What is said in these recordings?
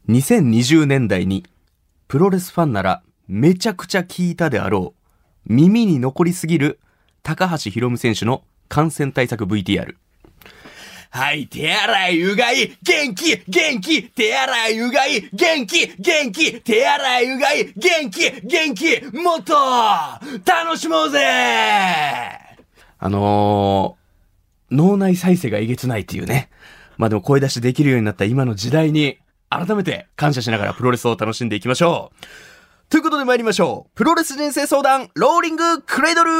2020年代にプロレスファンならめちゃくちゃ聞いたであろう耳に残りすぎる高橋宏夢選手の感染対策 VTR。 はい、手洗いうがい元気元気、手洗いうがい元気元気、手洗いうがい元気元気、もっと楽しもうぜ。脳内再生がえげつないっていうね。まあでも声出しできるようになった今の時代に改めて感謝しながらプロレスを楽しんでいきましょう。ということで参りましょう。プロレス人生相談ローリングクレイドル。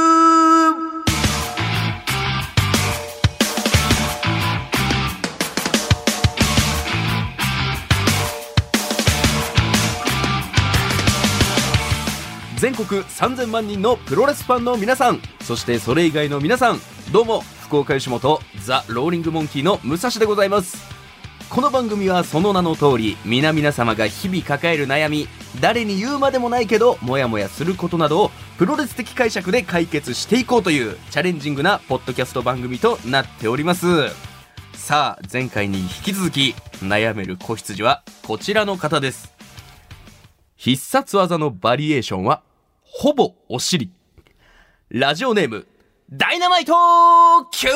全国3000万人のプロレスファンの皆さん、そしてそれ以外の皆さん、どうも福岡吉本ザ・ローリングモンキーの武蔵でございます。この番組はその名の通り、皆様が日々抱える悩み、誰に言うまでもないけどモヤモヤすることなどをプロレス的解釈で解決していこうというチャレンジングなポッドキャスト番組となっております。さあ、前回に引き続き悩める子羊はこちらの方です。必殺技のバリエーションはほぼお尻。ラジオネームダイナマイト Q。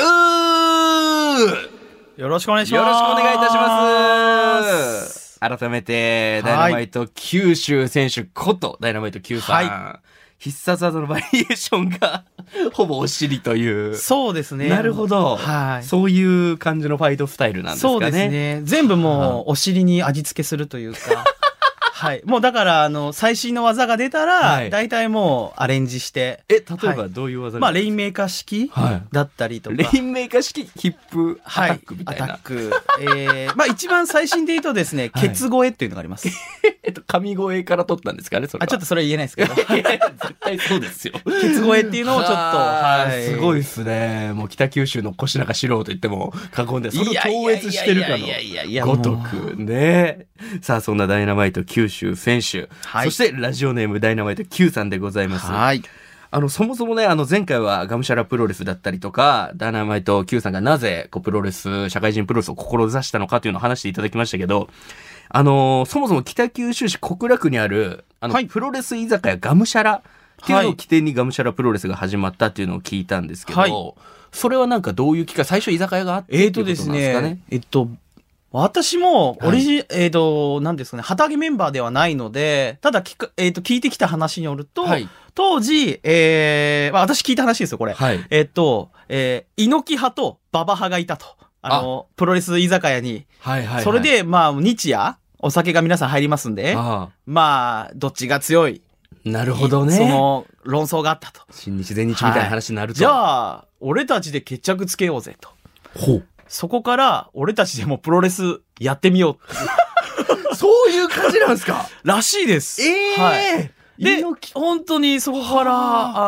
よろしくお願いします。 よろしくお願いいたします。改めてダイナマイト Q 州選手ことダイナマイト Q さん、はい、必殺技のバリエーションがほぼお尻という。 そうですね。 なるほど、はい、そういう感じのファイトスタイルなんですかね。 そうですね。全部もうお尻に味付けするというかはい、もうだから最新の技が出たら、はい、大体もうアレンジして。 例えばどういう技、 まあレインメーカー式、はい、だったりとか。 レインメーカー式ヒップアタックみたいな、はい、アタック、 まあ一番最新で言うとですね、ケツ声っていうのがあります。 神声から取ったんですかね、それは。 ちょっとそれは言えないですけど。 絶対そうですよ。 ケツ声っていうのをちょっと、 はい、すごいですね。もう北九州の腰中四郎と言っても過言で、それを超越してるかのごとくね。さあ、そんなダイナマイト九州選手、はい、そしてラジオネームダイナマイト Q さんでございます。はい。そもそもね、前回はがむしゃらプロレスだったりとか、ダイナマイト Q さんがなぜプロレス、社会人プロレスを志したのかというのを話していただきましたけど、そもそも北九州市小倉区にあるはい、プロレス居酒屋がむしゃらっていうのを起点にがむしゃらプロレスが始まったっていうのを聞いたんですけど、はい、それはなんかどういう機会、最初居酒屋があってっていうことなんですかね。 私も何ですかね、旗揚げメンバーではないので、ただ聞いてきた話によると、はい、当時、私聞いた話ですよ、これ。はい、猪木派と馬場派がいたと。プロレス居酒屋に。はいはいはい、それで、まあ、日夜、お酒が皆さん入りますんで、まあ、どっちが強い。 なるほどね。 その、論争があったと。 新日全日みたいな話になると。 じゃあ、俺たちで決着つけようぜと。 ほう。そこから、俺たちでもプロレスやってみよう。そういう感じなんですからしいです。はい。で、本当にそこから、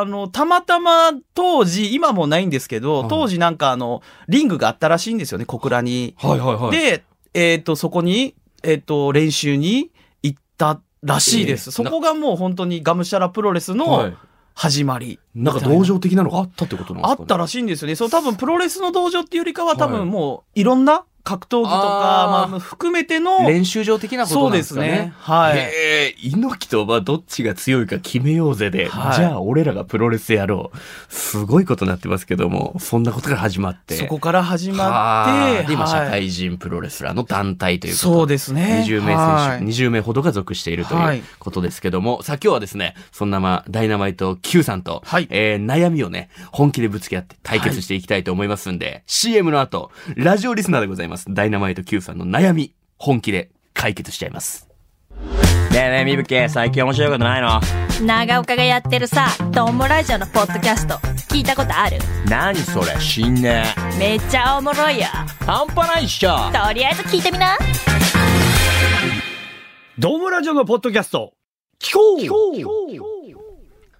たまたま当時、今もないんですけど、当時なんかリングがあったらしいんですよね、小倉に。はいはいはい。で、そこに、練習に行ったらしいです。そこがもう本当にがむしゃらプロレスの始まり。 なんか道場的なのがあったってことなんですかね。 あったらしいんですよね。そう、多分プロレスの道場っていうよりかは多分もういろんな格闘技とか、まあ、含めての練習場的なことなんですかね。そうですね。はい。猪木とどっちが強いか決めようぜで、はい、じゃあ俺らがプロレスやろう。すごいことになってますけども、そんなことから始まって。 そこから始まって、 今、社会人プロレスラーの団体ということで。 そうですね。 20名選手、はい、20名ほどが属しているということですけども、さあ今日はですね、そんなダイナマイト Q さんと、はい、悩みをね、本気でぶつけ合って対決していきたいと思いますんで、はい、CM の後、ラジオリスナーでございます。ダイナマイト Q さんの悩み、本気で解決しちゃいます。 ねえねえみぶけ、最近面白いことないの？ 長岡がやってるさ、トンボラジオのポッドキャスト、聞いたことある？ 何それ、知んねえ。めっちゃおもろいよ。 半端ないっしょ。 とりあえず聞いてみな。 ドームラジオのポッドキャスト、聞こう。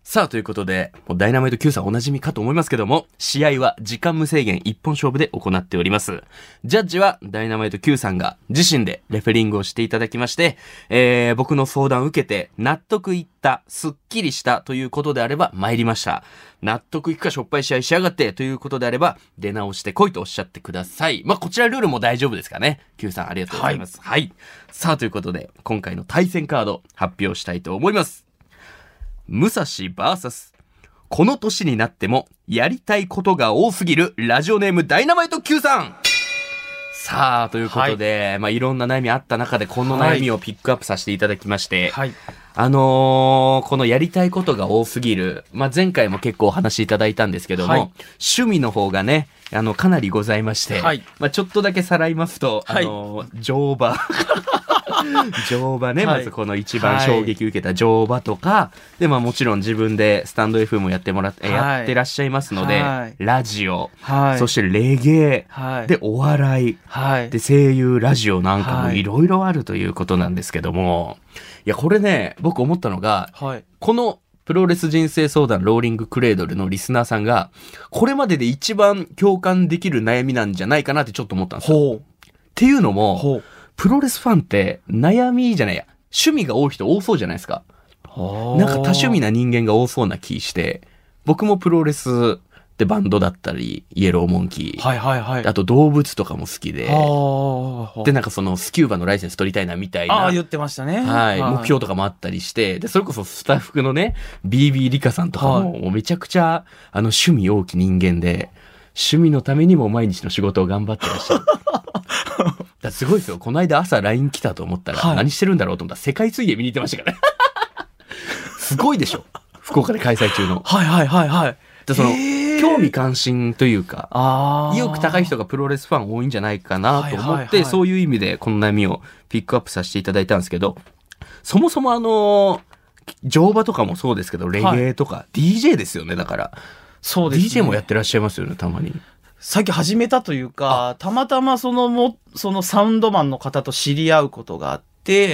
さあ、ということで、もうダイナマイト Q さんおなじみかと思いますけども、試合は時間無制限一本勝負で行っております。ジャッジはダイナマイト Q さんが自身でレフェリングをしていただきまして、僕の相談を受けて納得いった、すっきりしたということであれば参りました。納得いくかしょっぱい試合しやがってということであれば出直してこいとおっしゃってください。まあ、こちらルールも大丈夫ですかね。Q さんありがとうございます。はい。さあ、ということで今回の対戦カード発表したいと思います。武蔵 VSこの年になってもやりたいことが多すぎるラジオネームダイナマイト Q さん。さあ、ということで、いろんな悩みあった中でこの悩みをピックアップさせていただきまして、このやりたいことが多すぎる、前回も結構お話しいただいたんですけども、趣味の方がね、かなりございまして、ちょっとだけさらいますと、乗馬。乗馬ね、まずこの一番衝撃受けた乗馬とか、で、もちろん自分でスタンド FM もやってらっしゃいますので、ラジオ、そしてレゲエ、で、お笑い、で、声優、ラジオなんかもいろいろあるということなんですけども、いや、これね、僕思ったのが、このプロレス人生相談ローリングクレードルのリスナーさんが、これまでで一番共感できる悩みなんじゃないかなってちょっと思ったんですよ。っていうのも、プロレスファンって悩みじゃないや、趣味が多い人多そうじゃないですか。なんか多趣味な人間が多そうな気して、僕もプロレスでバンドだったり、イエローモンキー、あと動物とかも好きで、で、なんかそのスキューバのライセンス取りたいなみたいな。 言ってましたね。 目標とかもあったりして、で、それこそスタッフのね、BB リカさんとかも、もうめちゃくちゃ、趣味多き人間で、趣味のためにも毎日の仕事を頑張ってらっしゃる。だすごいですよ。この間朝 LINE 来たと思ったら、何してるんだろうと思ったら世界水泳見に行ってましたからね。すごいでしょ。福岡で開催中の。でその興味関心というか、意欲高い人がプロレスファン多いんじゃないかなと思って、そういう意味でこの悩みをピックアップさせていただいたんですけど、そもそも乗馬とかもそうですけど、レゲエとか、DJ ですよね。だから。そうですね。DJ もやってらっしゃいますよね、たまに。 最近始めたというか、たまたまそのサウンドマンの方と知り合うことがあって、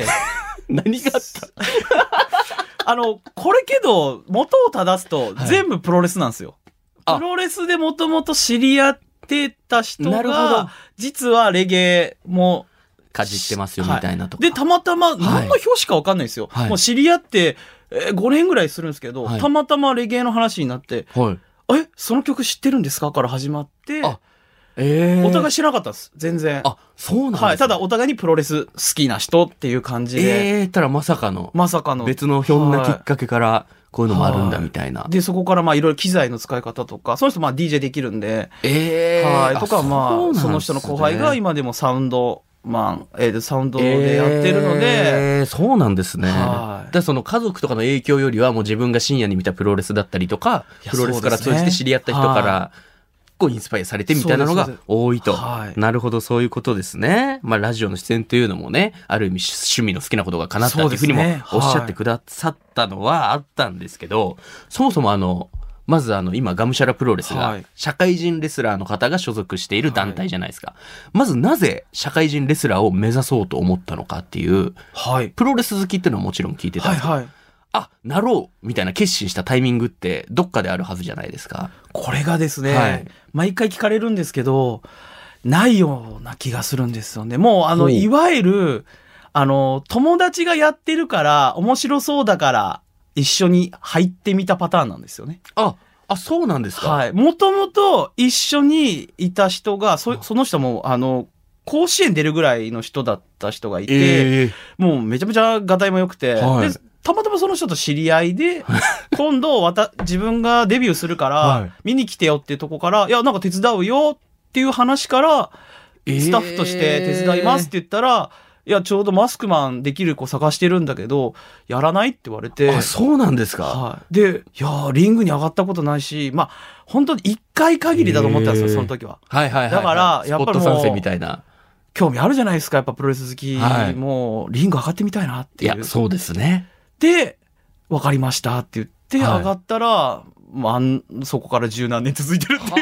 何があったこれけど、元を正すと全部プロレスなんですよ。プロレスでもともと知り合ってた人が、実はレゲエも、 かじってますよみたいなとか。 で、たまたま、何の表紙かわかんないですよ。もう知り合って、5年ぐらいするんですけど、たまたまレゲエの話になって、その曲知ってるんですかから始まって、お互い知らなかったです。全然。 そうなんですね。 ただお互いにプロレス好きな人っていう感じで。 たらまさかの。別のひょんなきっかけから、こういうのもあるんだみたいな。 で、そこからいろいろ機材の使い方とか、その人DJ できるんで。とかその人の後輩が今でもサウンドマン、サウンドでやってるので。 そうなんですね。だその家族とかの影響よりはもう自分が深夜に見たプロレスだったりとか、プロレスから通じて知り合った人から、インスパイアされてみたいなのが多いと。なるほど、そういうことですね。ラジオの出演というのもね、ある意味趣味の好きなことが叶ったというふうにもおっしゃってくださったのはあったんですけど、そもそもまず今ガムシャラプロレスが社会人レスラーの方が所属している団体じゃないですか。まずなぜ社会人レスラーを目指そうと思ったのかっていう、プロレス好きっていうのはもちろん聞いてたんですけど、なろうみたいな決心したタイミングってどっかであるはずじゃないですか。 これがですね、毎回聞かれるんですけど、ないような気がするんですよね。もういわゆる友達がやってるから面白そうだから一緒に入ってみたパターンなんですよね。 そうなんですか。 もともと一緒にいた人が、その人も甲子園出るぐらいの人だった人がいて、もうめちゃめちゃガタイも良くて、でたまたまその人と知り合いで、今度自分がデビューするから、見に来てよっていうとこから、いや、なんか手伝うよっていう話から、スタッフとして手伝いますって言ったら、いや、ちょうどマスクマンできる子探してるんだけど、やらないって言われて。 そうなんですか。 で、いや、リングに上がったことないし、本当に一回限りだと思ったんですよ、その時は。だから、やっぱりもう、スポット参戦みたいな。興味あるじゃないですか、やっぱプロレス好き。もう、リング上がってみたいなっていう。 いや、そうですね。 で、わかりましたって言って上がったら、そこから十何年続いてるっていう。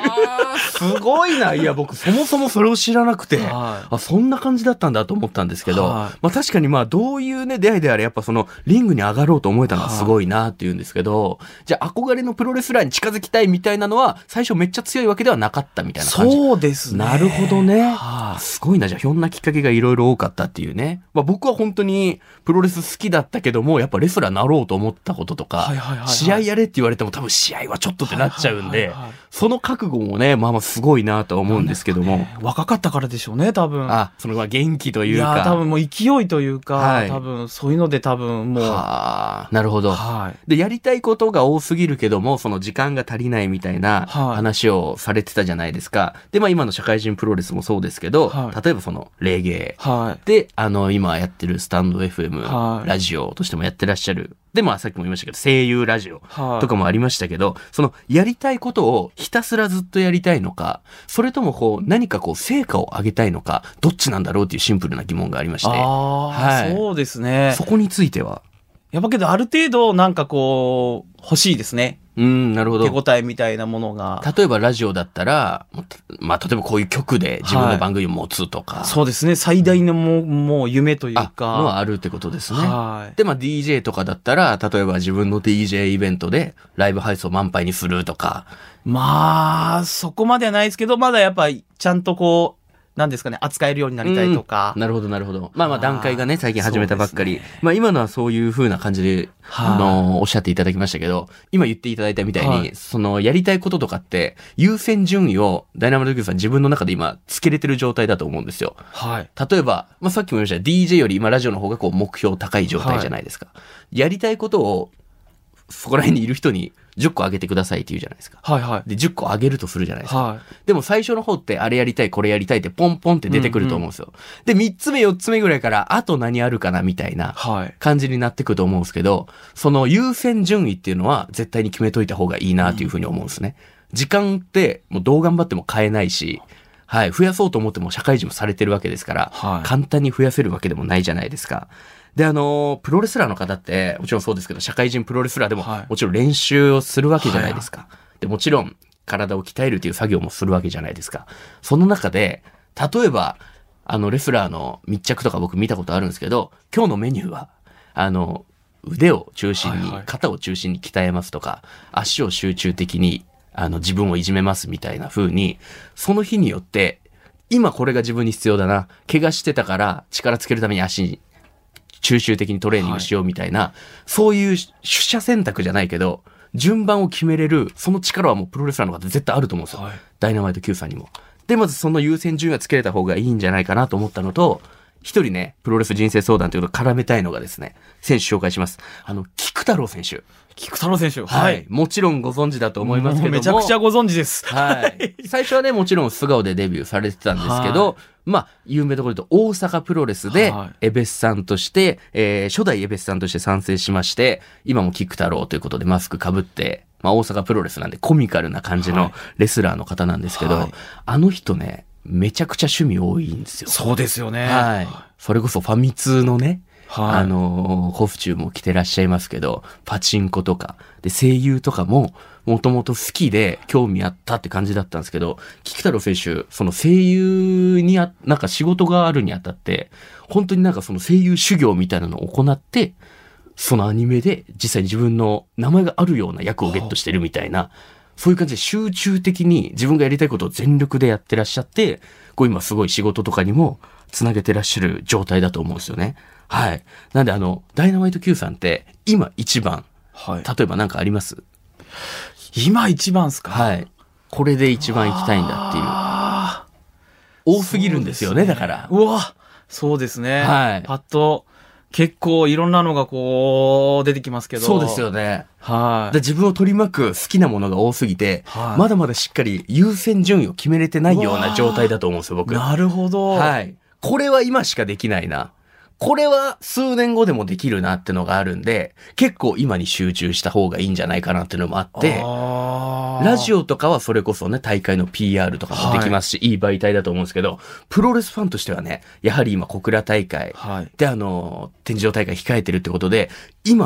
すごいな。いや、僕そもそもそれを知らなくて、そんな感じだったんだと思ったんですけど、まあ確かにどういうね、出会いであれ、やっぱそのリングに上がろうと思えたのはすごいなっていうんですけど、じゃあ憧れのプロレスラーに近づきたいみたいなのは、最初めっちゃ強いわけではなかったみたいな感じ。 そうですね。 なるほどね。すごいな。じゃあひょんなきっかけがいろいろ多かったっていうね。まあ僕は本当にプロレス好きだったけども、やっぱレスラーなろうと思ったこととか、試合やれって言われても多分試合はちょっとってなっちゃうんで、その覚悟もね、まあすごいなとは思うんですけども。 若かったからでしょうね、多分。 その元気というか。 いや、多分もう勢いというか、多分そういうので多分もう。 なるほど。で、やりたいことが多すぎるけども、その時間が足りないみたいな話をされてたじゃないですか。で、まあ今の社会人プロレスもそうですけど、例えばそのレゲエで、今やってるスタンド FM、ラジオとしてもやってらっしゃる。で、まあさっきも言いましたけど、声優ラジオとかもありましたけど、そのやりたいことをひたすらずっとやりたいのか、それとも何か成果を上げたいのか、どっちなんだろうっていうシンプルな疑問がありまして。 そうですね。 そこについてはやっぱけどある程度なんか欲しいですね。 なるほど。 手応えみたいなものが。 例えばラジオだったら、まあ例えばこういう曲で自分の番組を持つとか。 そうですね。最大のもう夢というか。 のはあるってことですね。で、まあ DJ とかだったら、例えば自分の DJ イベントでライブ配送満杯にするとか。 まあ、そこまではないですけど、まだやっぱちゃんとなんですかね、扱えるようになりたいとか。 なるほど、なるほど。まあ段階がね、最近始めたばっかり。まあ今のはそういう風な感じで、おっしゃっていただきましたけど、今言っていただいたみたいに、そのやりたいこととかって、優先順位をダイナマイト Q さん自分の中で今つけれてる状態だと思うんですよ。例えば、まあさっきも言いました、DJ より今ラジオの方が目標高い状態じゃないですか。やりたいことを、そこら辺にいる人に10個あげてくださいって言うじゃないですか。で、10個あげるとするじゃないですか。でも最初の方ってあれやりたい、これやりたいってポンポンって出てくると思うんですよ。で、3つ目、4つ目ぐらいから、あと何あるかなみたいな感じになってくると思うんですけど、その優先順位っていうのは絶対に決めといた方がいいなというふうに思うんですね。時間ってもうどう頑張っても変えないし、増やそうと思っても社会人もされてるわけですから、簡単に増やせるわけでもないじゃないですか。で、プロレスラーの方って、もちろんそうですけど、社会人プロレスラーでも、もちろん練習をするわけじゃないですか。で、もちろん、体を鍛えるっていう作業もするわけじゃないですか。その中で、例えば、レスラーの密着とか僕見たことあるんですけど、今日のメニューは、腕を中心に、肩を中心に鍛えますとか、足を集中的に、自分をいじめますみたいな風に、その日によって、今これが自分に必要だな。怪我してたから力つけるために足に集中的にトレーニングしようみたいな、そういう取捨選択じゃないけど、順番を決めれる、その力はもうプロレスラーの方絶対あると思うんですよ。ダイナマイト Q さんにも。で、まずその優先順位はつけれた方がいいんじゃないかなと思ったのと、一人ね、プロレス人生相談というのを絡めたいのがですね、選手紹介します。菊太郎選手。 菊太郎選手。 もちろんご存知だと思いますけども。 めちゃくちゃご存知です。 最初はね、もちろん素顔でデビューされてたんですけど、まあ、有名どころで言うと大阪プロレスで、エベスさんとして、初代エベスさんとして参戦しまして、今も菊太郎ということでマスク被って、まあ大阪プロレスなんでコミカルな感じのレスラーの方なんですけど、あの人ね、めちゃくちゃ趣味多いんですよ。 そうですよね。 それこそファミ通のね、コスチュームを着てらっしゃいますけど、パチンコとか、で、声優とかも、もともと好きで興味あったって感じだったんですけど、菊太郎選手、その声優になんか仕事があるにあたって、本当になんかその声優修行みたいなのを行って、そのアニメで実際に自分の名前があるような役をゲットしてるみたいな、そういう感じで集中的に自分がやりたいことを全力でやってらっしゃって、今すごい仕事とかにもつなげてらっしゃる状態だと思うんですよね。なんでダイナマイト Q さんって今一番、例えば何かあります？ 今一番っすか？ これで一番行きたいんだっていう。多すぎるんですよね、だから。 うわ、そうですね。パッと。結構いろんなのが出てきますけど。 そうですよね。自分を取り巻く好きなものが多すぎて、まだまだしっかり優先順位を決めれてないような状態だと思うんですよ、僕。 なるほど。 これは今しかできないな。これは数年後でもできるなってのがあるんで、結構今に集中した方がいいんじゃないかなっていうのもあって、ラジオとかはそれこそね、大会の PR とかもできますし、いい媒体だと思うんですけど、プロレスファンとしてはね、やはり今小倉大会で展示場大会控えてるってことで、今は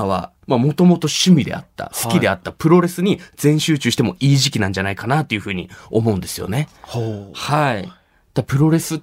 まあもともと趣味であった、好きであったプロレスに全集中してもいい時期なんじゃないかなっていうふうに思うんですよね。はい。プロレスって、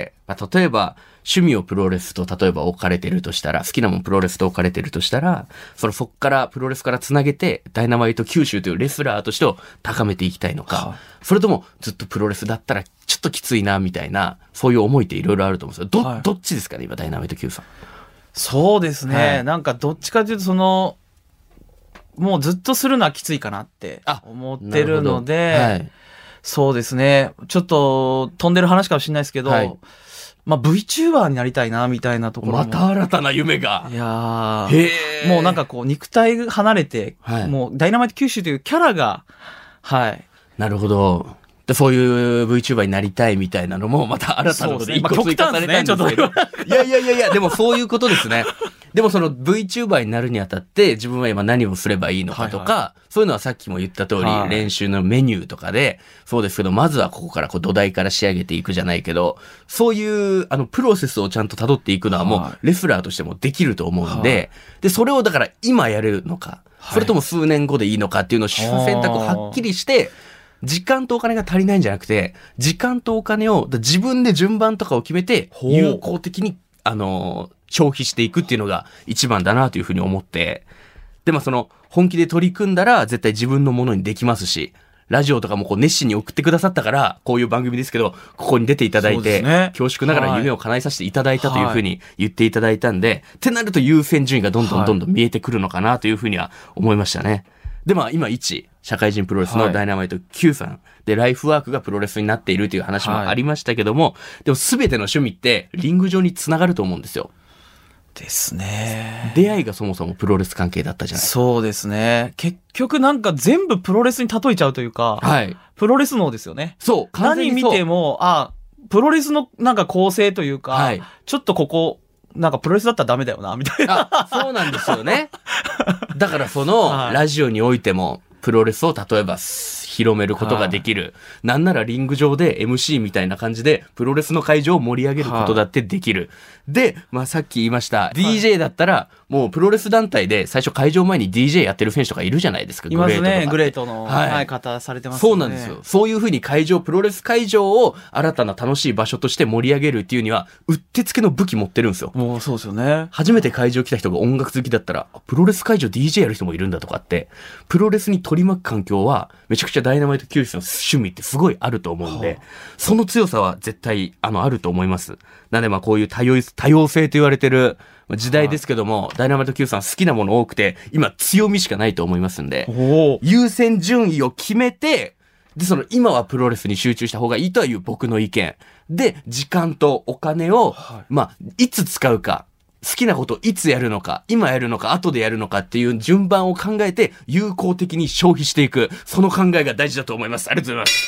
まあ、例えば趣味をプロレスと例えば置かれてるとしたら、好きなもんプロレスと置かれてるとしたら、そっからプロレスからつなげてダイナマイト九州というレスラーとしてを高めていきたいのか、それともずっとプロレスだったらちょっときついなみたいな、そういう思いっていろいろあると思うんですよ。どっちですかね今ダイナマイト九さん。 そうですね、なんかどっちかというともうずっとするのはきついかなって思ってるので、そうですね。ちょっと飛んでる話かもしれないですけど、まあ VTuber になりたいなみたいなところも。 また新たな夢が。 いやー、もうなんかこう肉体離れて、もうダイナマイト九州というキャラが、 なるほど。でそういう VTuber になりたいみたいなのもまた新たなことで一個追加されたんですけど。いや、でもそういうことですね。でもその VTuber になるにあたって自分は今何をすればいいのかとか、そういうのはさっきも言った通り、練習のメニューとかで、そうですけど、まずはここから土台から仕上げていくじゃないけど、そういうプロセスをちゃんと辿っていくのはもうレスラーとしてもできると思うんで、で、それをだから今やるのか、それとも数年後でいいのかっていうのを選択はっきりして、時間とお金が足りないんじゃなくて、時間とお金を自分で順番とかを決めて有効的に消費していくっていうのが一番だなというふうに思って、でも本気で取り組んだら絶対自分のものにできますし、ラジオとかも熱心に送ってくださったから、こういう番組ですけど、ここに出ていただいて、恐縮ながら夢を叶えさせていただいたというふうに言っていただいたんで、ってなると優先順位がどんどん見えてくるのかなというふうには思いましたね。で、まあ今社会人プロレスのダイナマイト Q さんで、ライフワークがプロレスになっているという話もありましたけども、でも全ての趣味ってリング上につながると思うんですよ。 ですね。 出会いがそもそもプロレス関係だったじゃないですか。 そうですね。結局なんか全部プロレスに例えちゃうというか、プロレス脳ですよね。 そう、 何見ても、プロレスのなんか構成というか、ちょっとここ、なんかプロレスだったらダメだよな、みたいな。 そうなんですよね。だからラジオにおいても、プロレスを例えば広めることができる。なんならリング上で MC みたいな感じで、プロレスの会場を盛り上げることだってできる。で、まあさっき言いました、DJ だったら、もうプロレス団体で最初会場前に DJ やってる選手とかいるじゃないですか。 いますね、グレートの、方されてますね。 そうなんですよ。そういうふうにプロレス会場を新たな楽しい場所として盛り上げるっていうには、うってつけの武器持ってるんですよ。 もうそうですよね。 初めて会場来た人が音楽好きだったら、プロレス会場 DJ やる人もいるんだとかって、プロレスに取り巻く環境は、めちゃくちゃダイナマイトキュリスの趣味ってすごいあると思うんで、その強さは絶対あると思います。なんでこういう多様性と言われてる時代ですけども、ダイナマイト Q さん好きなもの多くて、今強みしかないと思いますんで、優先順位を決めて、で、今はプロレスに集中した方がいいという僕の意見。で、時間とお金を、いつ使うか、好きなことをいつやるのか、今やるのか、後でやるのかっていう順番を考えて、有効的に消費していく。その考えが大事だと思います。ありがとうございます。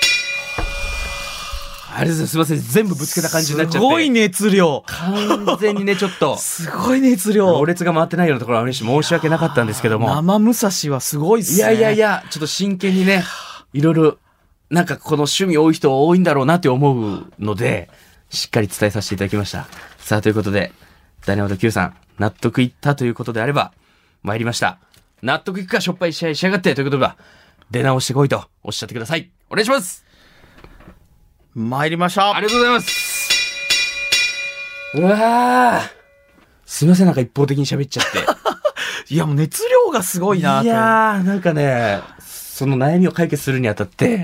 ありがとうございます。すいません。全部ぶつけた感じになっちゃって。 すごい熱量。 完全にね、ちょっと。 すごい熱量。 ろれつが回ってないようなところは申し訳なかったんですけども。 生武蔵はすごいっすね。 いや、ちょっと真剣にね、いろいろ、なんかこの趣味多い人多いんだろうなって思うので、しっかり伝えさせていただきました。さあ、ということで、ダイナマイト Q さん、納得いったということであれば、参りました。納得いくかしょっぱい試合しやがってということでは、出直してこいとおっしゃってください。お願いします。 参りました。 ありがとうございます。うわー。すいません、なんか一方的に喋っちゃって。 いや、もう熱量がすごいな。 いやー、なんかね、その悩みを解決するにあたって、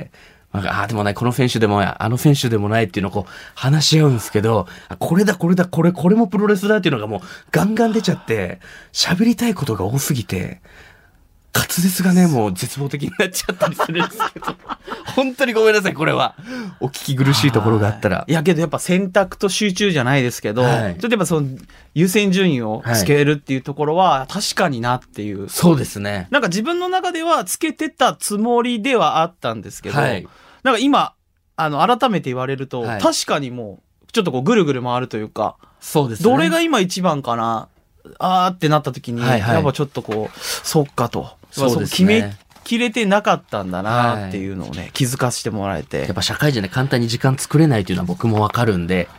でもない、この選手でもない、あの選手でもないっていうのをこう話し合うんですけど、これもプロレスだっていうのがもうガンガン出ちゃって、喋りたいことが多すぎて、滑舌がね、もう絶望的になっちゃったりするんですけど、本当にごめんなさい、これは。お聞き苦しいところがあったら。 いや、けどやっぱ選択と集中じゃないですけど、ちょっとやっぱ優先順位をつけるっていうところは確かになっていう。 そうですね。 なんか自分の中ではつけてたつもりではあったんですけど、なんか今、改めて言われると、確かにもう、ちょっとこうぐるぐる回るというか、 そうですね。 どれが今一番かな、ってなった時に、やっぱちょっとこう、そっかと。そうですね。決めきれてなかったんだなっていうのをね、気づかせてもらえて。 やっぱ社会人で簡単に時間作れないというのは僕もわかるんで、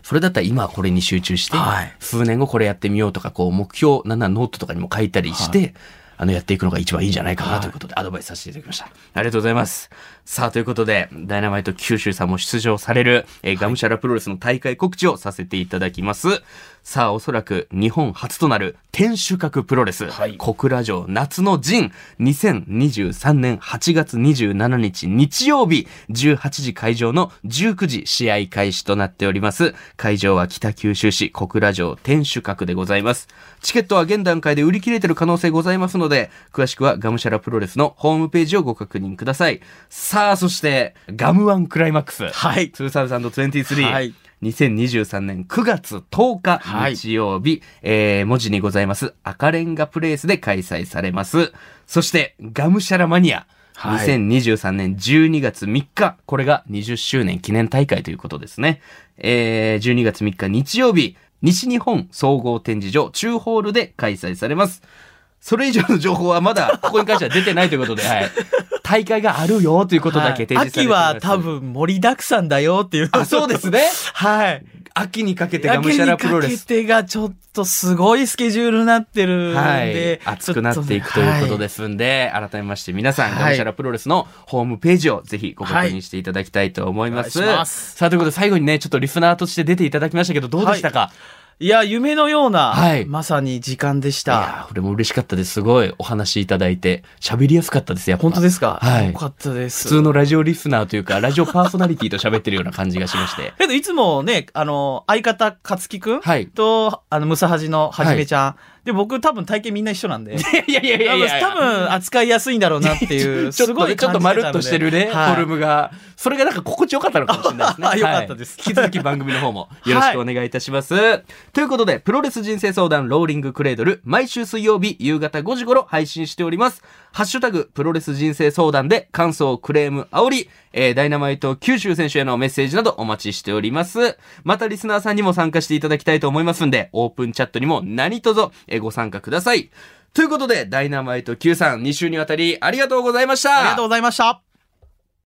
それだったら今はこれに集中して、数年後これやってみようとか、こう目標、なんならノートとかにも書いたりして、やっていくのが一番いいんじゃないかなということで、アドバイスさせていただきました。ありがとうございます。さあ、ということで、ダイナマイト九州さんも出場される、がむしゃらプロレスの大会告知をさせていただきます。さあ、おそらく日本初となる天守閣プロレス、小倉城夏の陣、2023年8月27日日曜日、18時会場の19時試合開始となっております。会場は北九州市小倉城天守閣でございます。チケットは現段階で売り切れている可能性ございますので、詳しくはがむしゃらプロレスのホームページをご確認ください。さあ、そしてガムワンクライマックス、2023、2023年9月10日日曜日、文字にございます赤レンガプレイスで開催されます。そしてガムシャラマニア、2023年12月3日、これが20周年記念大会ということですね。12月3日日曜日、西日本総合展示場中ホールで開催されます。それ以上の情報はまだここに関しては出てないということで、大会があるよということだけ提示されています。 秋は多分盛りだくさんだよっていう。 そうですね。秋にかけてがむしゃらプロレス。 秋にかけてがちょっとすごいスケジュールになってるんで。 熱くなっていくということですんで、改めまして皆さん、がむしゃらプロレスのホームページをぜひご確認していただきたいと思います。さあ、ということで最後にね、ちょっとリスナーとして出ていただきましたけど、どうでしたか？ いや、夢のような、まさに時間でした。いや、 これも嬉しかったです。すごいお話いただいて、喋りやすかったです、やっぱ。 本当ですか？よかったです。 普通のラジオリスナーというか、ラジオパーソナリティと喋ってるような感じがしまして。 けど、いつもね、相方、勝木くんと、ムサハジのはじめちゃん。で、僕多分体型みんな一緒なんで。 いや多分扱いやすいんだろうなっていう、すごいちょっとまるっとしてるね、フォルムが。それがなんか心地よかったのかもしれないですね。 よかったです。 引き続き番組の方もよろしくお願いいたします。ということで、プロレス人生相談ローリングクレードル、毎週水曜日夕方5時頃配信しております。ハッシュタグ、プロレス人生相談で感想、クレーム、煽り、ダイナマイト九州選手へのメッセージなどお待ちしております。またリスナーさんにも参加していただきたいと思いますんで、オープンチャットにも何卒ご参加ください。ということで、ダイナマイト Q さん2週にわたりありがとうございました。 ありがとうございました。